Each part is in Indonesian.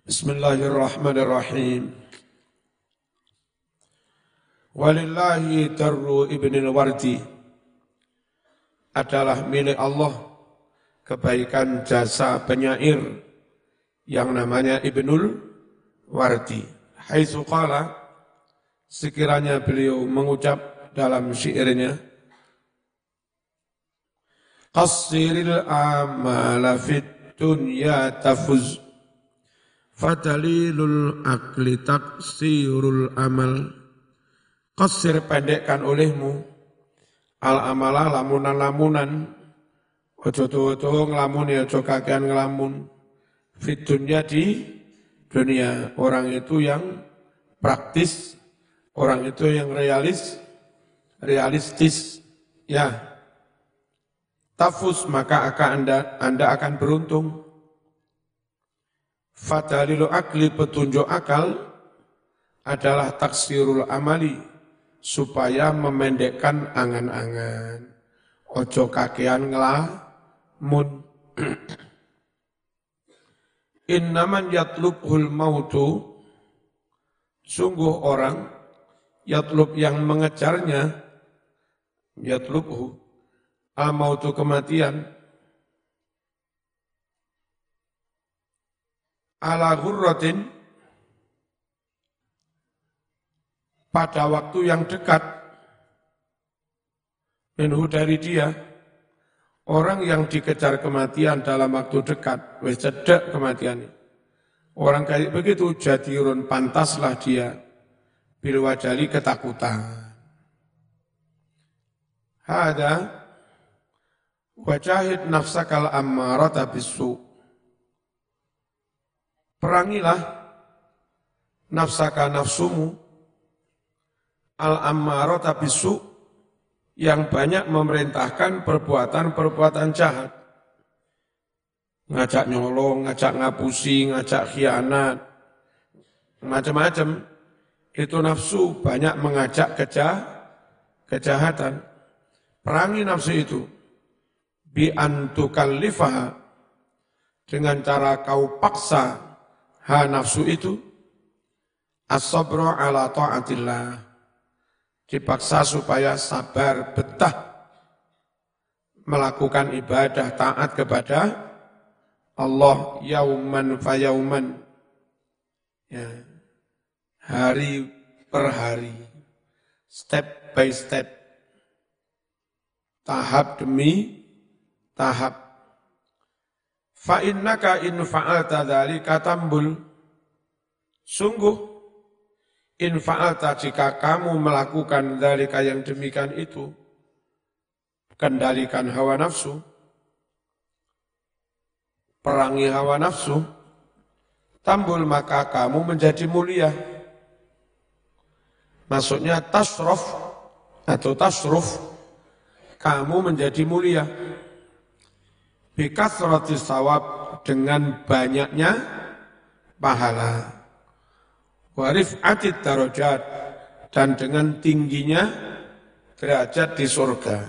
Bismillahirrahmanirrahim. Walillahi darru ibnil wardi. Adalah milik Allah kebaikan jasa penyair yang namanya Ibnul Wardi. Haitsu qala, sekiranya beliau mengucap dalam syairnya, qassiril amala fid dunya tafuz, fadalilul akli taksirul amal. Qasir, pendekkan olehmu, al-amala, lamunan-lamunan, ojo tuwa-tuwa ngelamun ya, ojo kakean ngelamun. Fit dunya, di dunia. Orang itu yang praktis, orang itu yang realistis. Ya, tafus, maka anda akan beruntung. Fadalilu akli, petunjuk akal, adalah taksirul amali, supaya memendekkan angan-angan. Ojo kakean ngelamun. Innaman yatlubhul mautu, sungguh orang, yatlub yang mengejarnya, yatlubhu, al-mautu kematian, ala ghurratin, pada waktu yang dekat, minhu, dari dia. Orang yang dikejar kematian dalam waktu dekat, wis cedek kematian. Orang kayak begitu jadirun, pantaslah dia bil wajali, ketakutan. Hada wajahid nafsakal ammarata bisu. Perangilah nafsaka, nafsumu, al-ammarata bisu, yang banyak memerintahkan perbuatan-perbuatan jahat. Ngajak nyolong, ngajak ngapusi, ngajak khianat, macam-macam. Itu nafsu banyak mengajak kejahatan. Perangi nafsu itu. Bi antukallifaha, dengan cara kau paksa nafsu itu, as-sabra ala ta'atillah, dipaksa supaya sabar, betah melakukan ibadah taat kepada Allah, yauman fa yauman, ya, hari per hari, step by step, tahap demi tahap. Fa innaka in fa'alta dzalika tambul, sungguh in fa'alta, jika kamu melakukan dzalika, yang demikian itu, kendalikan hawa nafsu, perangi hawa nafsu, tambul, maka kamu menjadi mulia. Maksudnya tasruf atau tasruf, kamu menjadi mulia. Bikasratis sawab, dengan banyaknya pahala. Warif atid darajat, dan dengan tingginya derajat di surga.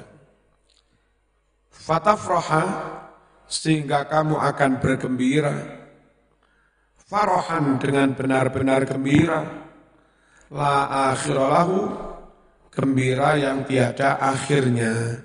Fatafroha, sehingga kamu akan bergembira. Farohan, dengan benar-benar gembira. La akhiralahu, gembira yang tiada akhirnya.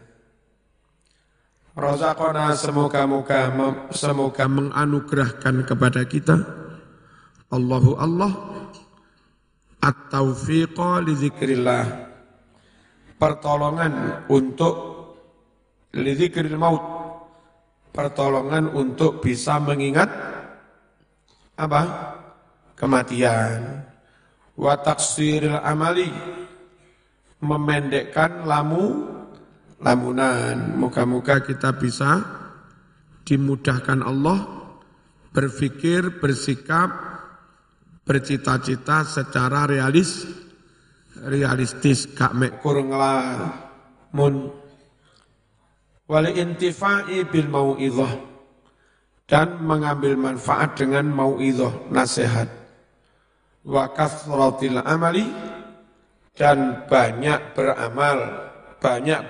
Razaqona, semoga menganugerahkan kepada kita Allahu Allah at-taufiqa li dzikrillah, pertolongan untuk li dzikril maut, pertolongan untuk bisa mengingat apa? Kematian. Wa taksiril amali, memendekkan lamunan. Moga-moga kita bisa dimudahkan Allah berpikir, bersikap, bercita-cita secara realistis, gak mekur ngelamun. Wali intifa'i bil mau'idhah, dan mengambil manfaat dengan mau'idhah, nasihat. Wa kathratil amali, dan banyak beramal, banyak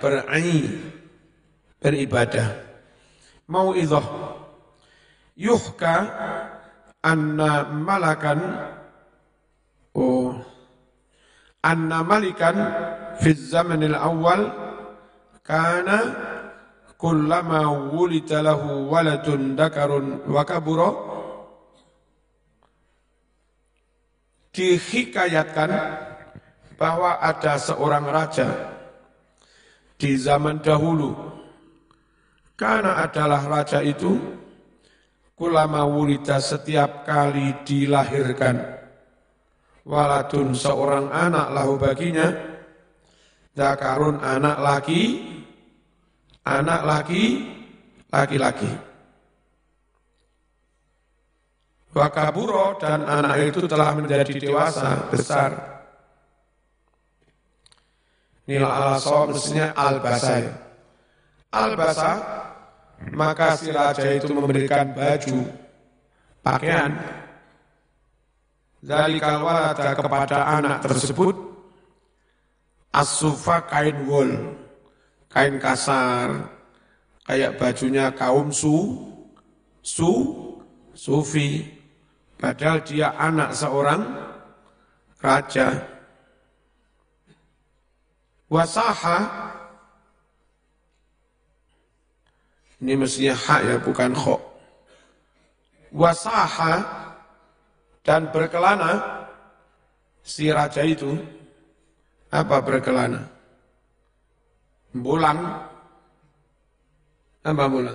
beribadah. Mau'idhah, yuhka anna malakan anna malikan fi zamanil awal kana kullama wulida lahu waladun dakarun wa kabura, dihikayatkan bahwa ada seorang raja di zaman dahulu, karena adalah raja itu kullama wulida, setiap kali dilahirkan, waladun seorang anak lahu baginya, dakarun anak laki-laki, wa kabura, dan anak itu telah menjadi dewasa besar. Nila al-asa mestinya al-basa ya. Al-basa, maka si raja itu memberikan baju, pakaian, zalikal walada, kepada anak tersebut, as-sufa, kain wol, kain kasar, kayak bajunya kaum sufi, padahal dia anak seorang raja. Wasaha, ini mestinya hak ya, bukan kho. Wasaha, dan berkelana si raja itu. Apa berkelana? Bulang. Apa bulang?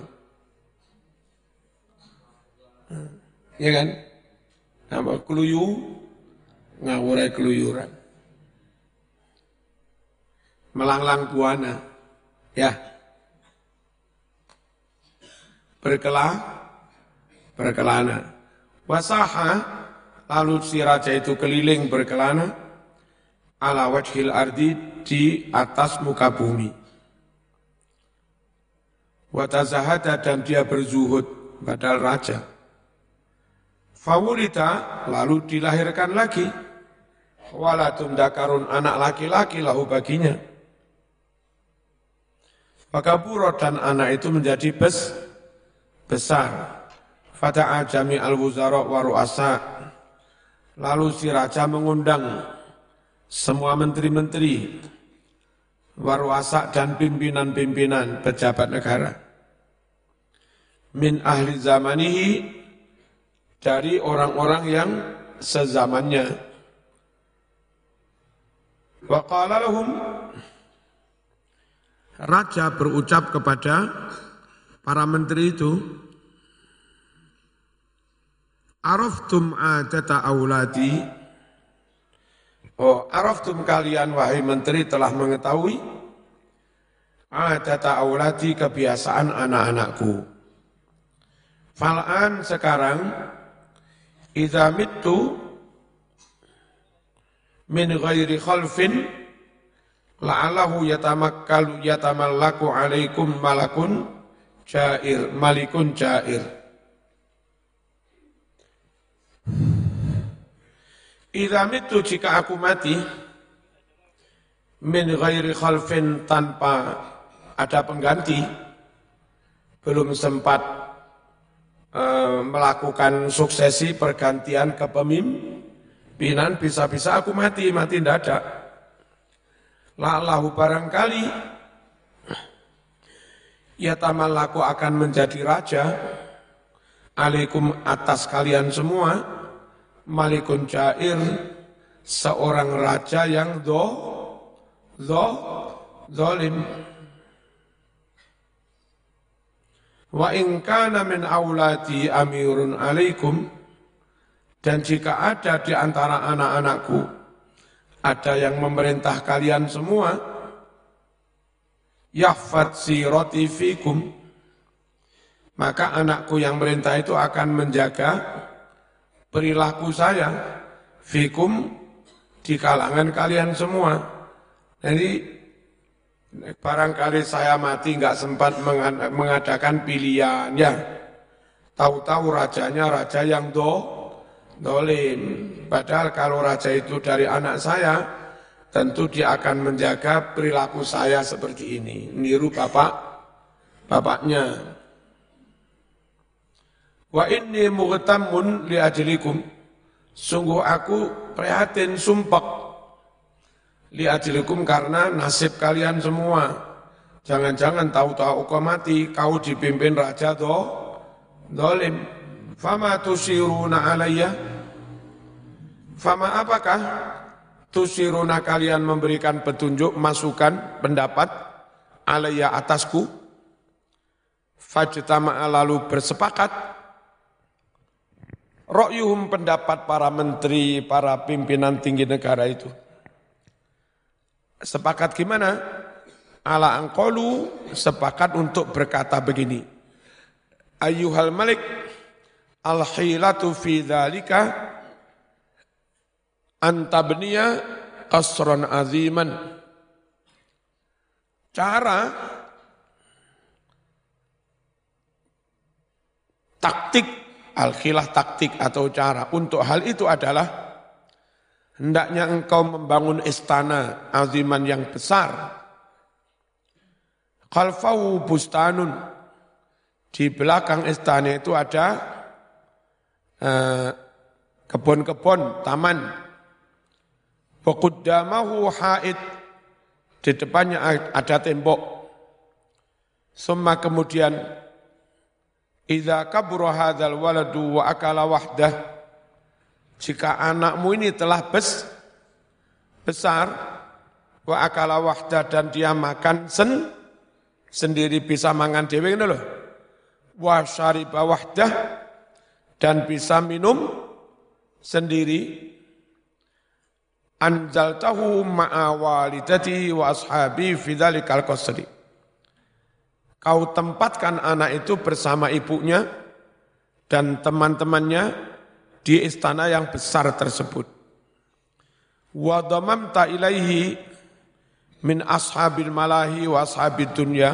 Ya kan? Apa keluyu? Ngawurai keluyuran. Melanglang buana. Ya. Berkelana. Wasaha, lalu si raja itu keliling berkelana ala wajhil ardi, di atas muka bumi. Watazahada, dan dia berzuhud, padahal raja. Fawulita, lalu dilahirkan lagi, waladun dakarun, anak laki-laki lahu baginya. Fakaburo, dan anak itu menjadi besar. Fata'a jami al-wuzara wa ru'asa, lalu si raja mengundang semua menteri-menteri, wa ru'asa, dan pimpinan-pimpinan pejabat negara, min ahli zamanihi, dari orang-orang yang sezamannya. Wa qala lahum, raja berucap kepada para menteri itu, araftum adata auladi, araftum, kalian wahai menteri telah mengetahui, adata auladi, kebiasaan anak-anakku. Fal'an, sekarang, idza mittu min ghairi khalfin la'allahu yatamallaku alaikum malikun jair. Idza mittu, jika aku mati, min ghairi khalfin, tanpa ada pengganti, belum sempat melakukan suksesi pergantian kepemimpinan, bisa-bisa aku mati mendadak. La'allahu, barangkali, yatamallaku, akan menjadi raja, alaikum, atas kalian semua, malikun jair, seorang raja yang zalim. Wa in kana min auladi amirun alaikum, dan jika ada di antara anak-anakku ada yang memerintah kalian semua, yahfad sirati fikum, maka anakku yang merintah itu akan menjaga perilaku saya, fikum, di kalangan kalian semua. Jadi barangkali saya mati nggak sempat mengadakan pilihan, ya. Tahu-tahu rajanya raja yang dolim. Padahal kalau raja itu dari anak saya, tentu dia akan menjaga perilaku saya seperti ini, niru bapaknya. Wa inni mughtamun li ajlikum. Sungguh aku prihatin sumpek li ajlikum karena nasib kalian semua. Jangan-jangan tahu-tahu kau mati, kau dipimpin raja dolim. Fama tusiruna alayya. Fama apakah tusiruna kalian memberikan petunjuk, masukan, pendapat alayya atasku. Fajtama'a lalu bersepakat. Ra'yuhum pendapat para menteri, para pimpinan tinggi negara itu. Sepakat gimana? Ala angkolu sepakat untuk berkata begini. Ayyuhal malik al-hilatu fi dzalika antabniya qasran aziman. Cara taktik, al-khilah taktik atau cara untuk hal itu adalah hendaknya engkau membangun istana aziman yang besar. Khalfahu bustanun, di belakang istana itu ada kebun-kebun, taman. Wa qaddamahu haid, di depannya ada tembok. Summa kemudian idza kabura hadzal waladu wa akala wahdah, jika anakmu ini telah besar wa akala wahdah dan dia makan sendiri, bisa mangan dhewe ngono lho, wa syariba wahdah dan bisa minum sendiri, anzaltahu ma'a walidati wa ashabi fi dzalikal qasri. Kau tempatkan anak itu bersama ibunya dan teman-temannya di istana yang besar tersebut. Wa dhamamta ilaihi min ashabil malahi wa ashabid dunya,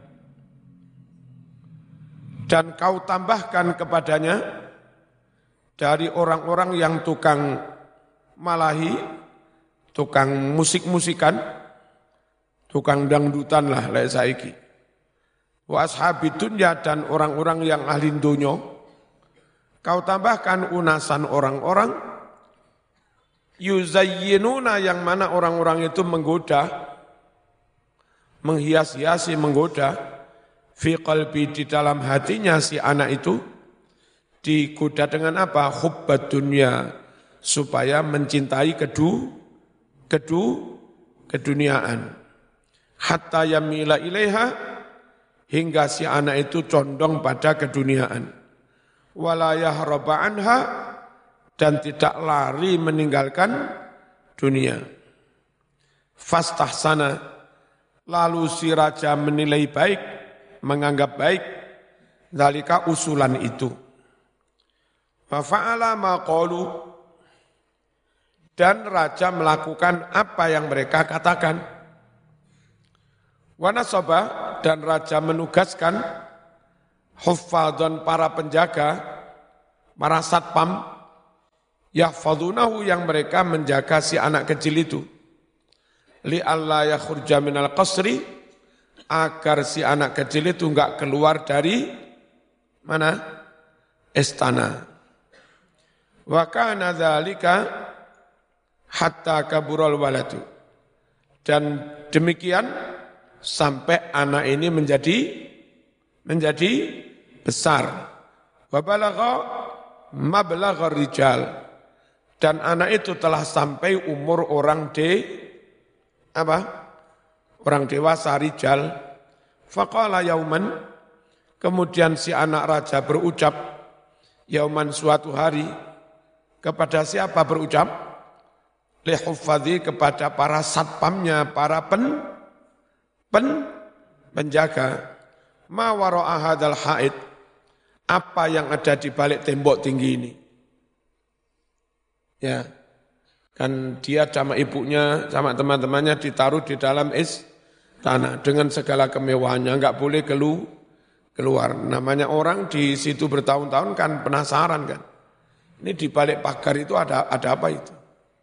dan kau tambahkan kepadanya dari orang-orang yang tukang malahi, tukang musik-musikan, tukang dangdutan lah lek saiki. Wa ashabid dunya, dan orang-orang yang ahli dunya, kau tambahkan unasan orang-orang yuzayyinuna, yang mana orang-orang itu menggoda, menghias-hiasi, menggoda, fi qalbi, di dalam hatinya si anak itu, digoda dengan apa? Hubbad dunya, supaya mencintai keduniaan. Hatta yamila ilaiha, hingga si anak itu condong pada keduniaan. Wala yahraba anha, dan tidak lari meninggalkan dunia. Fastahsana, lalu si raja menilai baik, menganggap baik, dzalika usulan itu. Wa fa'ala ma qalu, dan raja melakukan apa yang mereka katakan. Wa nasaba, dan raja menugaskan huffadhan, para penjaga, para satpam, yahfadunahu, yang mereka menjaga si anak kecil itu. Li alla yakhurja minal qasri, agar si anak kecil itu enggak keluar dari mana? Istana. Wa kana dzalika hatta kabural waladu, dan demikian sampai anak ini menjadi besar. Wa balagha mablagha rijal, dan anak itu telah sampai umur orang dewasa, rijal. Faqala yauman, kemudian si anak raja berucap, yauman, suatu hari, kepada siapa berucap? Lihuffadhi, kepada para satpamnya, para penjaga. Ma wara'a hadzal haid, apa yang ada di balik tembok tinggi ini? Ya, kan dia sama ibunya, sama teman-temannya ditaruh di dalam istana dengan segala kemewahannya, enggak boleh keluar. Namanya orang di situ bertahun-tahun kan penasaran kan. Ini di balik pagar itu ada apa itu?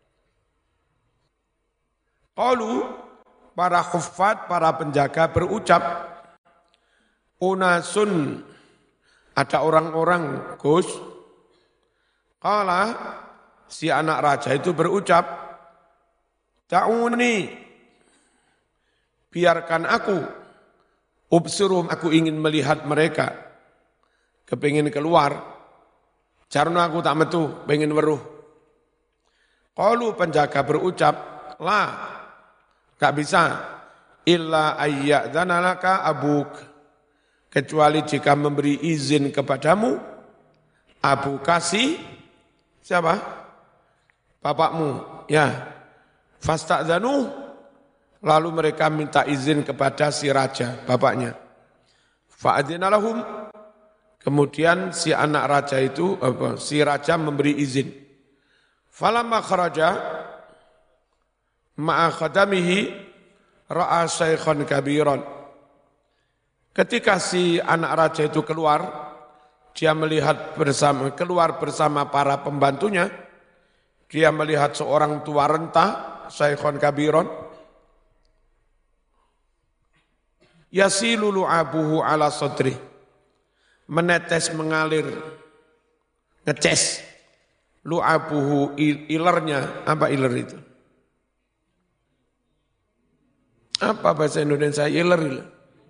Qalu, para khuffat, para penjaga berucap, unasun Ada orang-orang, Gus, qala si anak raja itu berucap, "Da'uni, biarkan aku, ubsurum, aku ingin melihat mereka, kepingin keluar, jarno aku tak metu, pengen weruh." Qalu, penjaga berucap, "La, gak bisa, illa ayyadzana laka abuk, kecuali jika memberi izin kepadamu, abu kasih, siapa? Bapakmu, ya. Fasta'dzanu, lalu mereka minta izin kepada si raja, bapaknya. Fa'adzina lahum, kemudian si anak raja itu, si raja memberi izin. Falamma kharaja ma'a khadamihi ra'a syaikhan kabiran. Ketika si anak raja itu keluar, dia melihat keluar bersama para pembantunya, dia melihat seorang tua renta, syaikhan kabiran, yasilu lu'abuhu ala sadri, menetes mengalir, ngeces, lu'abuhu ilernya, apa iler itu? Apa bahasa Indonesia iler?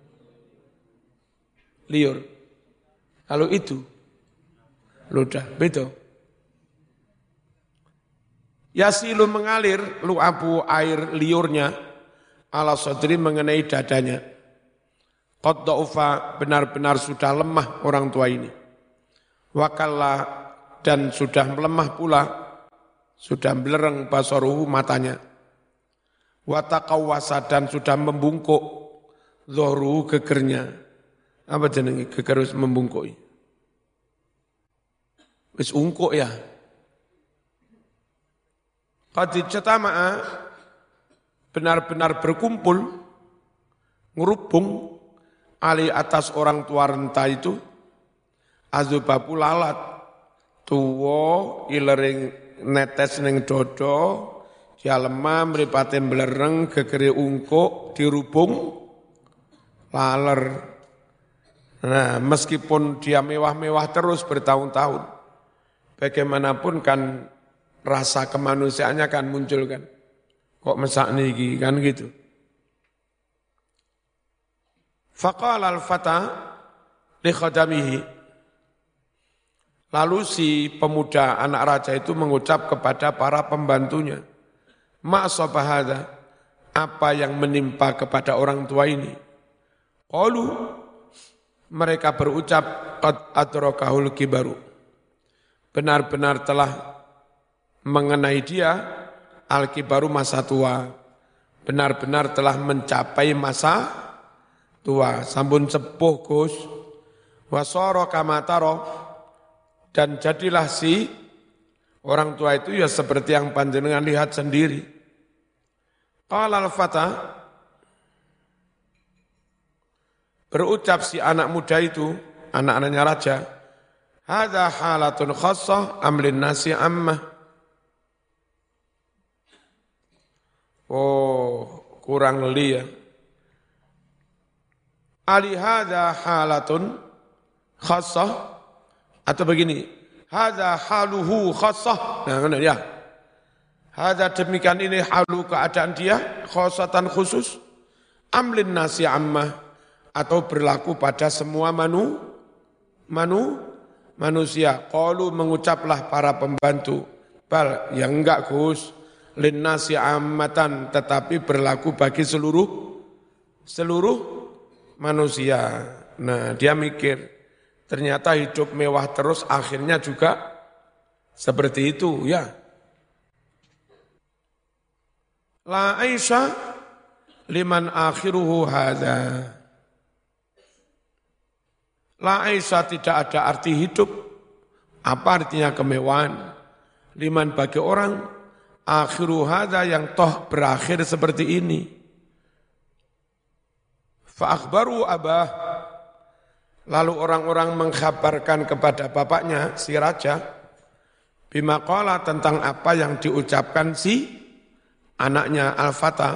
Liur. Kalau itu, ludah, betul. Yasilu mengalir, lu'abu air liurnya, ala sadri mengenai dadanya. Qad da'ufa, benar-benar sudah lemah orang tua ini. Wakalla, dan sudah melemah pula, sudah belereng basaruhu matanya. Wataqawwasa, dan sudah membungkuk, zuhruhu gegernya. Apa jenenge geger wis membungkuk? Wis ungkuk ya. Qad ijtama'a, benar-benar berkumpul, ngerubung, ali atas orang tua renta itu, azubabu lalat, tuwa ilering netes ning dodo, ya lemah mripate blereng gegere ungkuk dirubung laler. Nah, meskipun dia mewah-mewah terus bertahun-tahun, bagaimanapun kan rasa kemanusiaannya kan muncul kan. Kok mesak niki kan gitu. Faqala al-fata li khadamihi. Lalu si pemuda anak raja itu mengucap kepada para pembantunya, "Ma sabahada, apa yang menimpa kepada orang tua ini?" Qalu, mereka berucap, "Qad adrakahul kibaru." Benar-benar telah mengenai dia al-kibaru, masa tua. Benar-benar telah mencapai masa tua. Sampun sepuh Gus. Wasara kama tara, dan jadilah si orang tua itu ya seperti yang panjenengan lihat sendiri. Qala al-fata, berucap si anak muda itu, anak-anaknya raja, hadza halatun khassah amlin nasi ammah. Oh, kurang li ya. Ali hadza halatun khassah, atau begini, hadza haluhu khassah. Nah, benar ya. Hadza, demikian ini halu, keadaan dia, khassatan khusus, amlin nasi ammah, atau berlaku pada semua manusia. Qalu, mengucaplah para pembantu, bal, ya enggak Gus, linnasi ammatan, tetapi berlaku bagi seluruh manusia. Nah, dia mikir, ternyata hidup mewah terus akhirnya juga seperti itu ya. La aisha liman akhiruhu hadza. La aisha, tidak ada arti hidup. Apa artinya kemewahan? Liman, bagi orang, akhiru hadza, yang toh berakhir seperti ini. Fa akhbaru abah, lalu orang-orang mengkhabarkan kepada bapaknya, si raja, bima qala, tentang apa yang diucapkan si anaknya al-fata.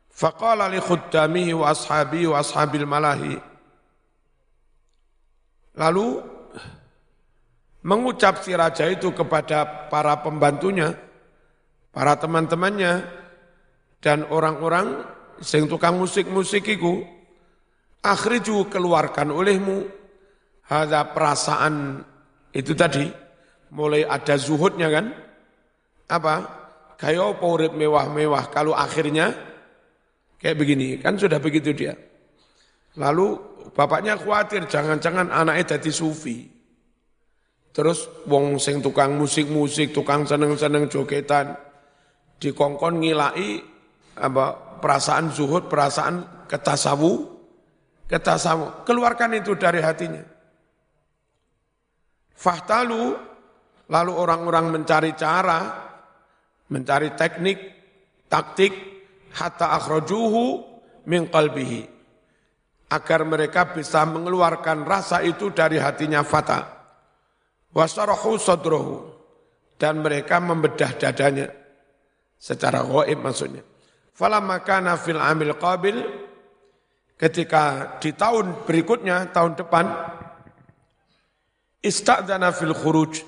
Faqala li khuddamihi wa ashabihi wa ashabil malahi, Lalu mengucap si raja itu kepada para pembantunya, para teman-temannya, dan orang-orang sing tukang musik-musik iku, akhriju keluarkan olehmu, hadza perasaan itu tadi, mulai ada zuhudnya kan, apa, kayak apa urip mewah-mewah, kalau akhirnya kayak begini, kan sudah begitu dia. Lalu bapaknya khawatir, jangan-jangan anaknya jadi sufi. Terus wong sing tukang musik-musik, tukang seneng-seneng jogetan, dikongkon ngilai apa perasaan zuhud, perasaan ketasawu, keluarkan itu dari hatinya. Fahtalu, lalu orang-orang mencari cara, mencari teknik, taktik, hatta akhrajuhu min qalbihi, agar mereka bisa mengeluarkan rasa itu dari hatinya Fata. Wasarahu sadrahu, dan mereka membedah dadanya secara ghaib maksudnya. Falamma kana fil amil qabil, ketika di tahun berikutnya, tahun depan, istadzana fil khuruj,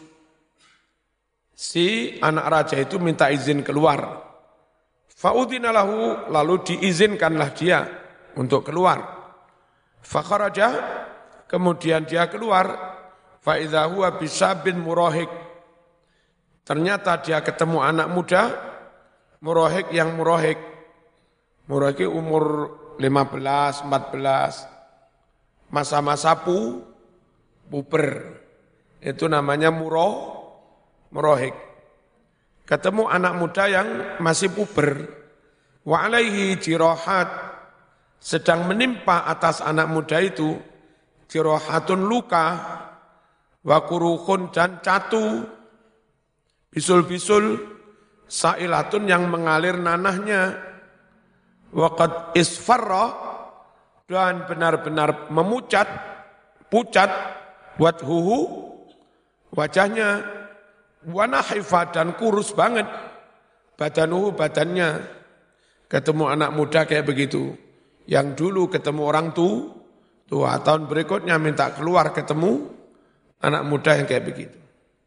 si anak raja itu minta izin keluar. Fa'udhina lahu, lalu diizinkanlah dia untuk keluar. Fakharaja, kemudian dia keluar. Fa'idha huwa bisabin murahik, ternyata dia ketemu anak muda murahik yang murahik umur 15, 14, masa-masa puber, itu namanya murahik. Ketemu anak muda yang masih puber, wa alaihi jirahat, sedang menimpa atas anak muda itu jirahatun luka, wa kurukhun dan catu, bisul-bisul, sailatun yang mengalir nanahnya, waqad isfarra, dan benar-benar pucat, wajhuhu, wajahnya, wanahifa, dan kurus banget, badanuhu, badannya. Ketemu anak muda kayak begitu, yang dulu ketemu orang tua, tahun berikutnya minta keluar ketemu anak muda yang kayak begitu.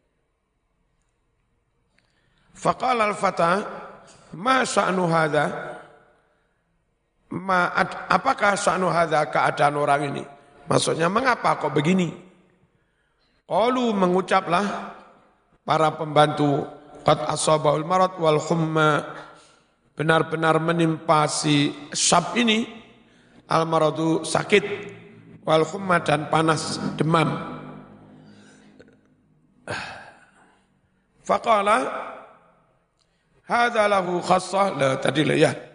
Faqala al-fata, ma sya'nu hadha? Apakah sya'nu hadha, keadaan orang ini? Maksudnya mengapa kok begini? Qalu, mengucaplah para pembantu, qad asabahul marad wal humma, benar-benar menimpa si Syab ini, al-maradu sakit, wal humma dan panas, demam. Faqala hadza lahu khassah, la tadi lah ya.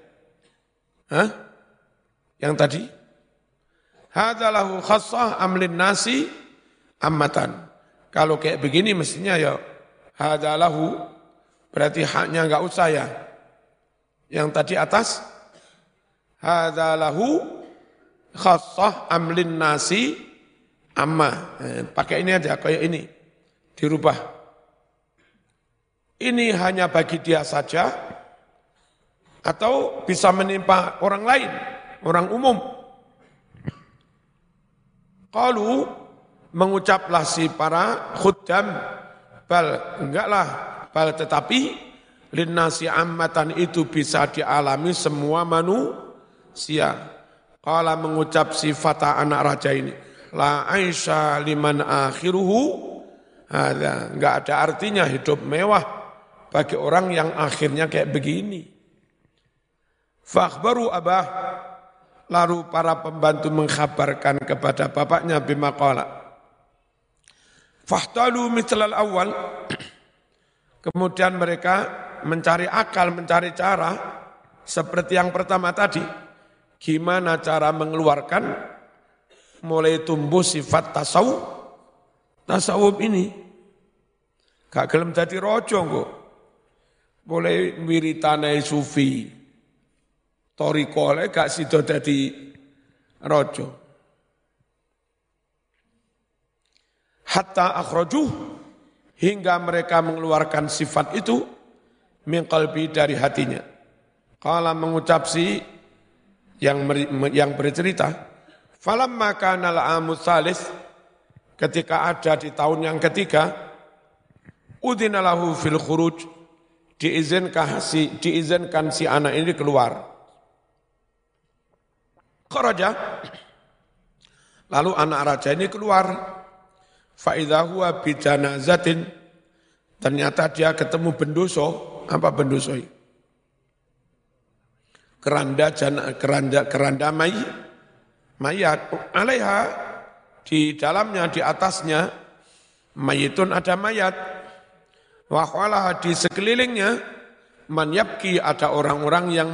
Yang tadi hadza lahu khassah amlin nasi ammatan. Kalau kayak begini mestinya ya hadza lahu, berarti haknya enggak usah ya. Yang tadi atas hadza lahu khassah amlin nasi amma. Pakai ini aja kayak ini. Dirubah. Ini hanya bagi dia saja, atau bisa menimpa orang lain, orang umum. Qalu, mengucaplah si para khuddam, bal tetapi linnasi ammatan, itu bisa dialami semua manusia. Qala, mengucap si Fata anak raja ini, la aisha liman akhiruhu, enggak ada artinya hidup mewah bagi orang yang akhirnya kayak begini. Fakhbaru abah, lalu para pembantu mengkhabarkan kepada bapaknya bima qala. Fahtalu mithlal awal, kemudian mereka mencari akal, mencari cara seperti yang pertama tadi. Gimana cara mengeluarkan mulai tumbuh sifat tasawuf ini. Gak gelem dadi rojo kok. Boleh wiritanai sufi. Toriko le gak sido dadi rojo. Hatta akhrajuh, hingga mereka mengeluarkan sifat itu min qalbi, dari hatinya. Qala, mengucap si yang bercerita, falamma kana al-amu tsalits, ketika ada di tahun yang ketiga, udzina lahu fil khuruj, diizinkan si anak ini keluar. Kharaja, lalu anak raja ini keluar. Fa idza huwa bi janazatin, ternyata dia ketemu bendoso. Apa bendoso ini? Keranda mayat. Alaiha, di dalamnya, di atasnya, mayitun ada mayat. Wa khalaha, di sekelilingnya, man yabki, ada orang-orang yang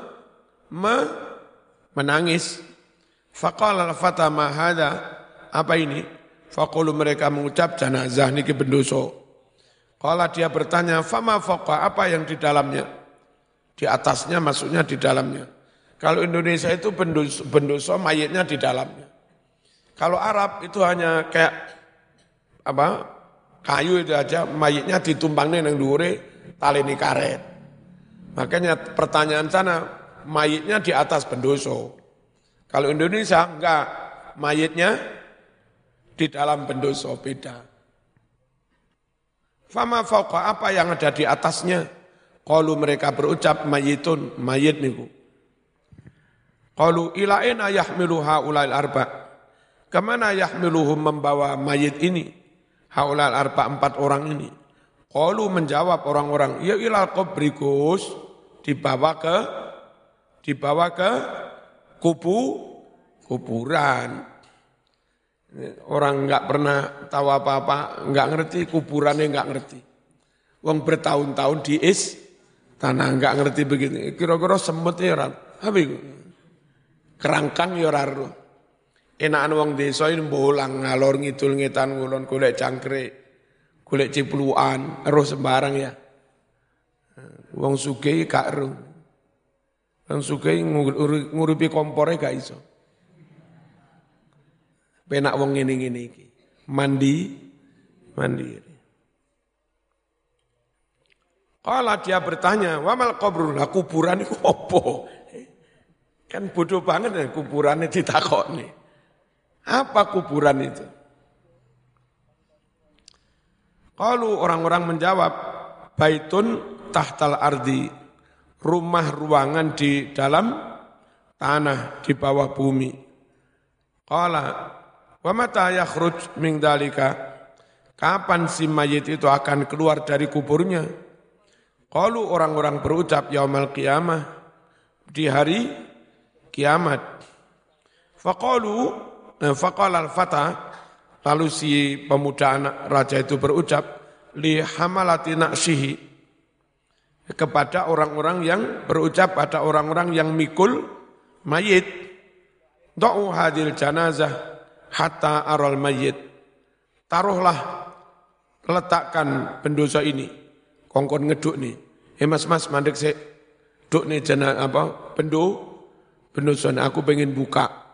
menangis. Faqala al-fata ma hadha, apa ini? Faqulu, mereka mengucap, janazah niki bendoso. Qala, dia bertanya, fama faqa, apa yang di dalamnya? Di atasnya, maksudnya di dalamnya. Kalau Indonesia itu bendoso mayitnya di dalamnya. Kalau Arab itu hanya kayak apa? Kayu itu aja, mayitnya ditumpangnya nang dhuwure taleni karet. Makanya pertanyaan sana, mayitnya di atas bendoso. Kalau Indonesia enggak, mayitnya di dalam bendoso, beda. Fama fauqa, apa yang ada di atasnya? Qalu, mereka berucap, mayitun, mayit niku. Qalu ila aina yahmilu haulal arba'? Kemana yahmiluhum, membawa mayit ini? Haulal arba', 4 orang ini. Qalu, menjawab orang-orang, ya ilal qabri Gus, dibawa ke kuburan. Orang enggak pernah tahu apa-apa, enggak ngerti, kuburannya enggak ngerti. Wong bertahun-tahun di tanah enggak ngerti begitu. Kira-kira semut ya ora. Apa iku? Kerangkang ya ora. Enakan wong desa ini bolang ngalor ngidul ngetan ngulon golek cangkrik, golek ciplukan, roh sembarang ya. Wong sugih gak roh. Wong sugih nguripi kompore gak iso. Penak wong ngene-ngene iki. Mandiri. Kala dia bertanya, wa mal qabru, lah kuburan iku apa? Kan bodoh banget ya kuburannya ditakokne. Apa kuburan itu? Kalau orang-orang menjawab, baitun tahtal ardi, rumah ruangan di dalam tanah, di bawah bumi. Qala, wa mata yakhruj min dalika, kapan si mayit itu akan keluar dari kuburnya? Qalu, orang-orang berucap, yaumal qiyamah, di hari kiamat. Faqala al-fata, lalu si pemuda anak raja itu berucap, li hamalati naqsihi, kepada orang-orang yang berucap pada orang-orang yang mikul mayit, da'u hadil janazah hatta aral mayit, taruhlah, letakkan pendosa ini, kongkon ngeduk nih, mas mandek sik, duk nih jenazah apa, pendosa ini, aku pengen buka.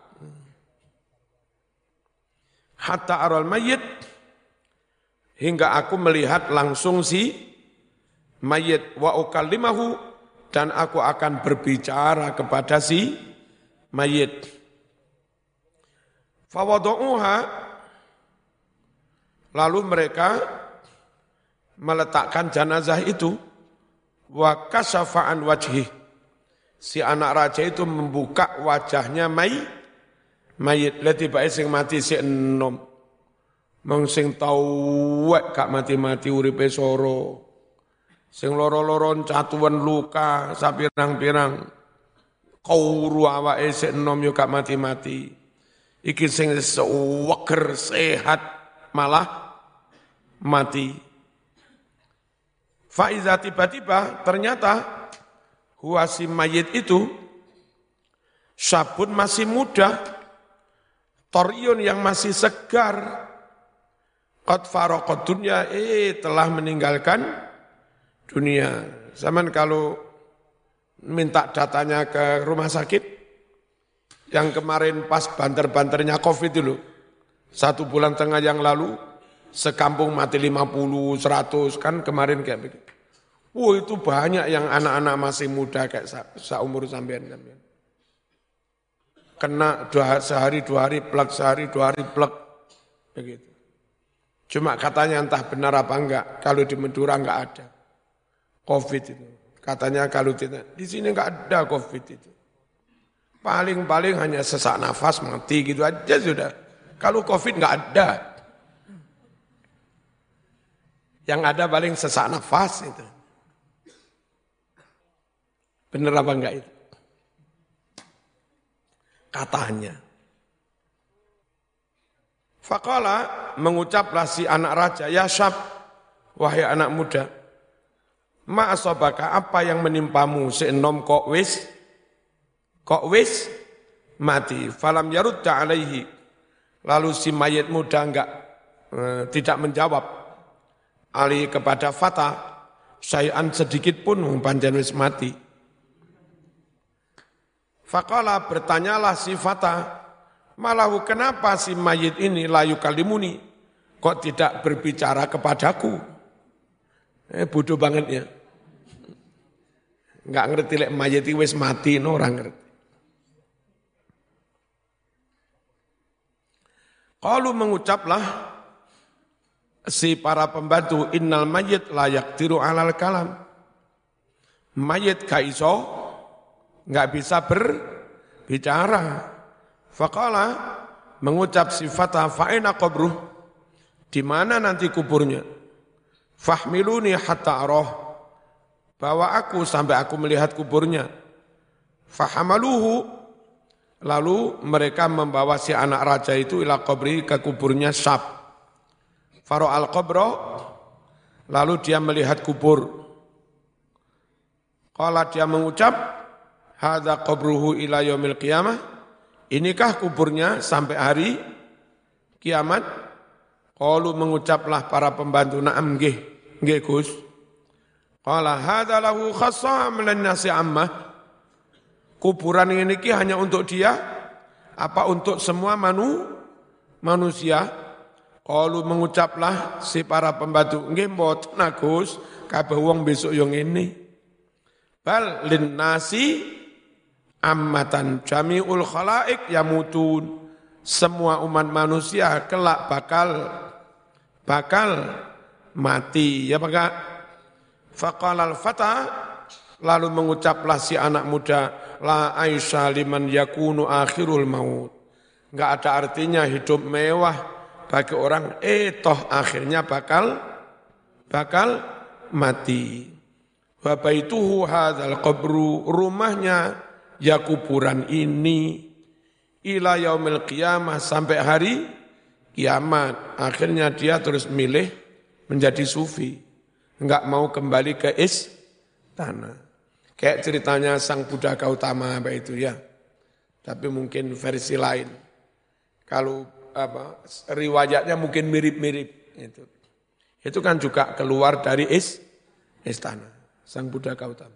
Hatta aral mayit, hingga aku melihat langsung si mayit, wa ukallimahu, dan aku akan berbicara kepada si mayit. Fawadu'uha, lalu mereka meletakkan jenazah itu, wa kasafa'an wajhih, si anak raja itu membuka wajahnya mayit, tiba sing mati si enom, mong sing tau wek gak mati-mati uripe soro, sing loro-loron catuan luka sapirang-pirang, kauru awake si enom yo gak mati-mati, iki sing seweger sehat malah mati. Faiza, tiba-tiba ternyata huwa si mayit itu sabun masih muda, Torion yang masih segar, qad faraqad dunya, telah meninggalkan dunia. Zaman kalau minta datanya ke rumah sakit, yang kemarin pas banter-banternya COVID dulu, 1 bulan setengah yang lalu, sekampung mati 50, 100, kan kemarin kayak begitu. Itu banyak yang anak-anak masih muda kayak seumur sampean. Kena sehari 2 hari plek, sehari 2 hari plek, begitu. Cuma katanya entah benar apa enggak, kalau di Madura enggak ada COVID itu. Katanya kalau di sini enggak ada COVID itu. Paling-paling hanya sesak nafas mati gitu aja sudah. Kalau COVID enggak ada. Yang ada paling sesak nafas itu. Benar apa enggak itu? Katanya. Faqala mengucaplah si anak raja, ya syab, wahai anak muda, ma asabaka, apa yang menimpamu, seenom kok wis mati. Falam yarudda alaihi, lalu si mayit muda tidak menjawab alaihi kepada fata, syai'an sedikit pun pancen wis mati. Faqala bertanyalah si fata, malahu kenapa si mayit ini layu kalimuni, kok tidak berbicara kepadaku? Bodoh banget ya. Enggak ngerti lek mayit wis mati, no orang ngerti. Qalu mengucaplah si para pembantu, innal mayit layak tiru alal kalam. Mayit gak iso, gak bisa berbicara. Faqala mengucap sifatah fa'ina qabruh, di mana nanti kuburnya? Fahmiluni hatta arah, bawa aku sampai aku melihat kuburnya. Fahamaluhu, lalu mereka membawa si anak raja itu ila qabri, ke kuburnya Syab. Faro al-qabra, lalu dia melihat kubur. Qala dia mengucap, hadza qabruhu ila yaumil qiyamah, inikah kuburnya sampai hari kiamat? Qalu mengucaplah para pembantu, na'am nggih Gus. Qala hadza lahu khassam lan nasi ammah, kuburan ini hanya untuk dia apa untuk semua manusia? Qalu mengucaplah si para pembantu, nggih mboten Gus, kabeh wong besok yo ngene. Bal lin nasi ammatan jami'ul khalaik yamutun, semua umat manusia kelak bakal mati, ya Pak. Faqala al-fata, lalu mengucaplah si anak muda, la aisha liman yakunu akhirul maut, enggak ada artinya hidup mewah bagi orang toh akhirnya bakal mati. Wa baituhu hadzal qabru, rumahnya ya kuburan ini, ila yaumil qiyamah, sampai hari kiamat. Akhirnya dia terus milih menjadi sufi, enggak mau kembali ke istana. Kayak ceritanya Sang Buddha Gautama apa itu ya. Tapi mungkin versi lain. Kalau riwayatnya mungkin mirip-mirip itu. Itu kan juga keluar dari istana Sang Buddha Gautama.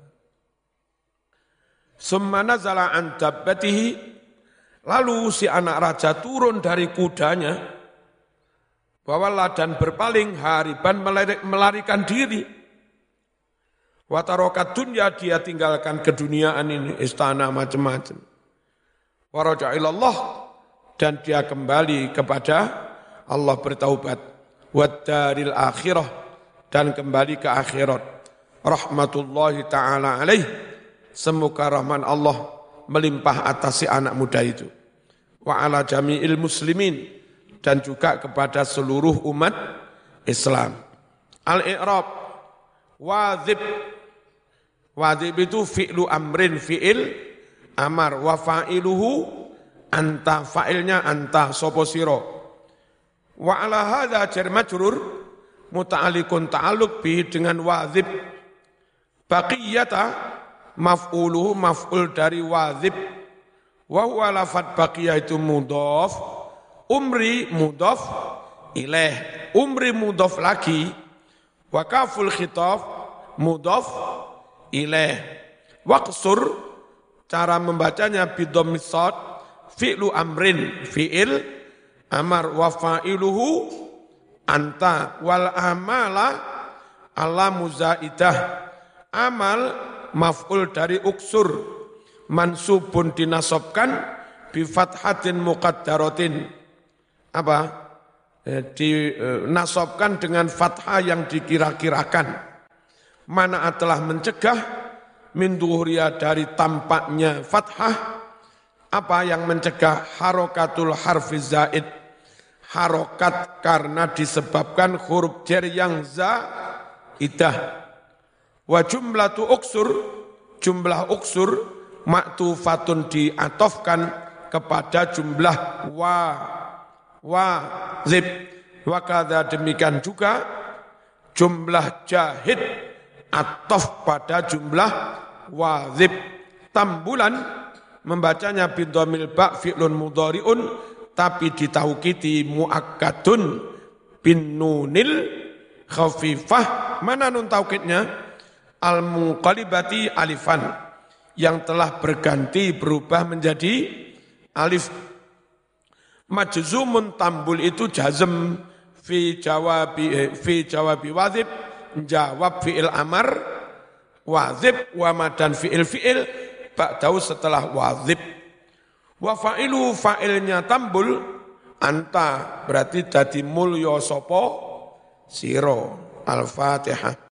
Summa nazala an dabbatihi, lalu si anak raja turun dari kudanya, bawalah dan berpaling hariban melarikan diri. Watarokat dunya, dia tinggalkan keduniaan ini, istana macam-macam. Waraja ilallah, dan dia kembali kepada Allah bertaubat. Waddaril akhirah, dan kembali ke akhirat. Rahmatullahi ta'ala alaih, semoga rahman Allah melimpah atas si anak muda itu. Wa ala jami'il muslimin, dan juga kepada seluruh umat Islam. Al-i'rab, wadhib. Wadhib itu fi'lu amrin, fi'il amar. Wa fa'iluhu anta, fa'ilnya anta, sopo siro. Wa ala hadha jar majrur, muta'alikun ta'aluk bi dengan wadhib. Baqiyata maf'uluhu, maf'ul dari wadhib. Wa huwa lafad baqiyah itu mudhaf, umri mudhaf ilaih, umri mudhaf lagi, wa kaful khitab mudhaf ilaih. Waqsur, cara membacanya bidhammis shad, fi'lu amrin, fi'il amar, wa fa'iluhu anta, wal amala ala muzaidah, amal maf'ul dari uksur, mansubun dinasobkan bi fathatin muqaddaratin. Apa? dinasabkan dengan fathah yang dikira-kirakan. Mana telah mencegah min duhuria dari tampaknya fathah, apa yang mencegah harokatul harfi zaid, harokat karena disebabkan huruf jar yang zaidah. Wa jumlatu uksur, jumlah uksur maktufatun diatofkan kepada jumlah zib. Wa kadza demikian juga jumlah jahid atof pada jumlah wazib. Tambulan membacanya bidhamil ba fi'lun mudhari'un tapi ditaukiti muakkadun bin nunil khafifah. Mana nun taukidnya? Al munqalibati alifan, yang telah berganti berubah menjadi alif. Majzumun tambul itu jazm fi jawabi wazib, jawab fi'il amar, wazib wa madan fi'il ba'dahu setelah wazib. Wa fa'ilu fa'ilnya tambul anta berarti dadi mulya sapa sira. Al-Fatihah.